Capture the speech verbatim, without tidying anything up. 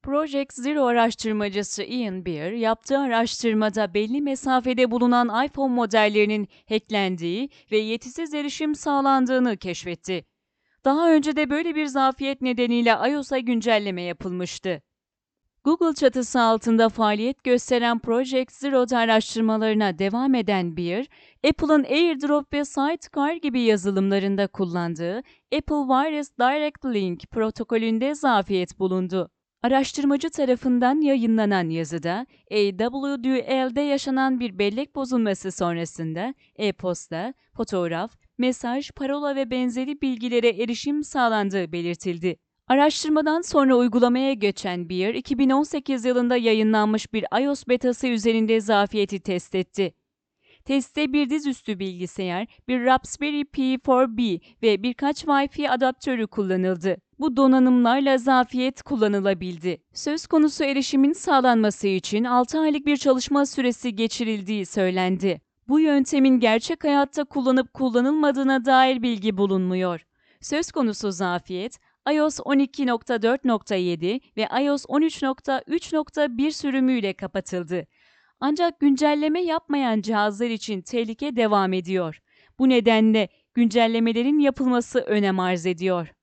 Project Zero araştırmacısı Ian Beer, yaptığı araştırmada belli mesafede bulunan iPhone modellerinin hacklendiği ve yetisiz erişim sağlandığını keşfetti. Daha önce de böyle bir zafiyet nedeniyle iOS'a güncelleme yapılmıştı. Google çatısı altında faaliyet gösteren Project Zero'da araştırmalarına devam eden Beer, Apple'ın AirDrop ve Sidecar gibi yazılımlarında kullandığı Apple Wireless Direct Link protokolünde zafiyet bulundu. Araştırmacı tarafından yayınlanan yazıda, A W D L'de yaşanan bir bellek bozulması sonrasında e-posta, fotoğraf, mesaj, parola ve benzeri bilgilere erişim sağlandığı belirtildi. Araştırmadan sonra uygulamaya geçen Beer, iki bin on sekiz yılında yayınlanmış bir iOS betası üzerinde zafiyeti test etti. Testte bir dizüstü bilgisayar, bir Raspberry Pi dört B ve birkaç Wi-Fi adaptörü kullanıldı. Bu donanımlarla zafiyet kullanılabildi. Söz konusu erişimin sağlanması için altı aylık bir çalışma süresi geçirildiği söylendi. Bu yöntemin gerçek hayatta kullanıp kullanılmadığına dair bilgi bulunmuyor. Söz konusu zafiyet, iOS on iki nokta dört nokta yedi ve iOS on üç nokta üç nokta bir sürümüyle kapatıldı. Ancak güncelleme yapmayan cihazlar için tehlike devam ediyor. Bu nedenle güncellemelerin yapılması önem arz ediyor.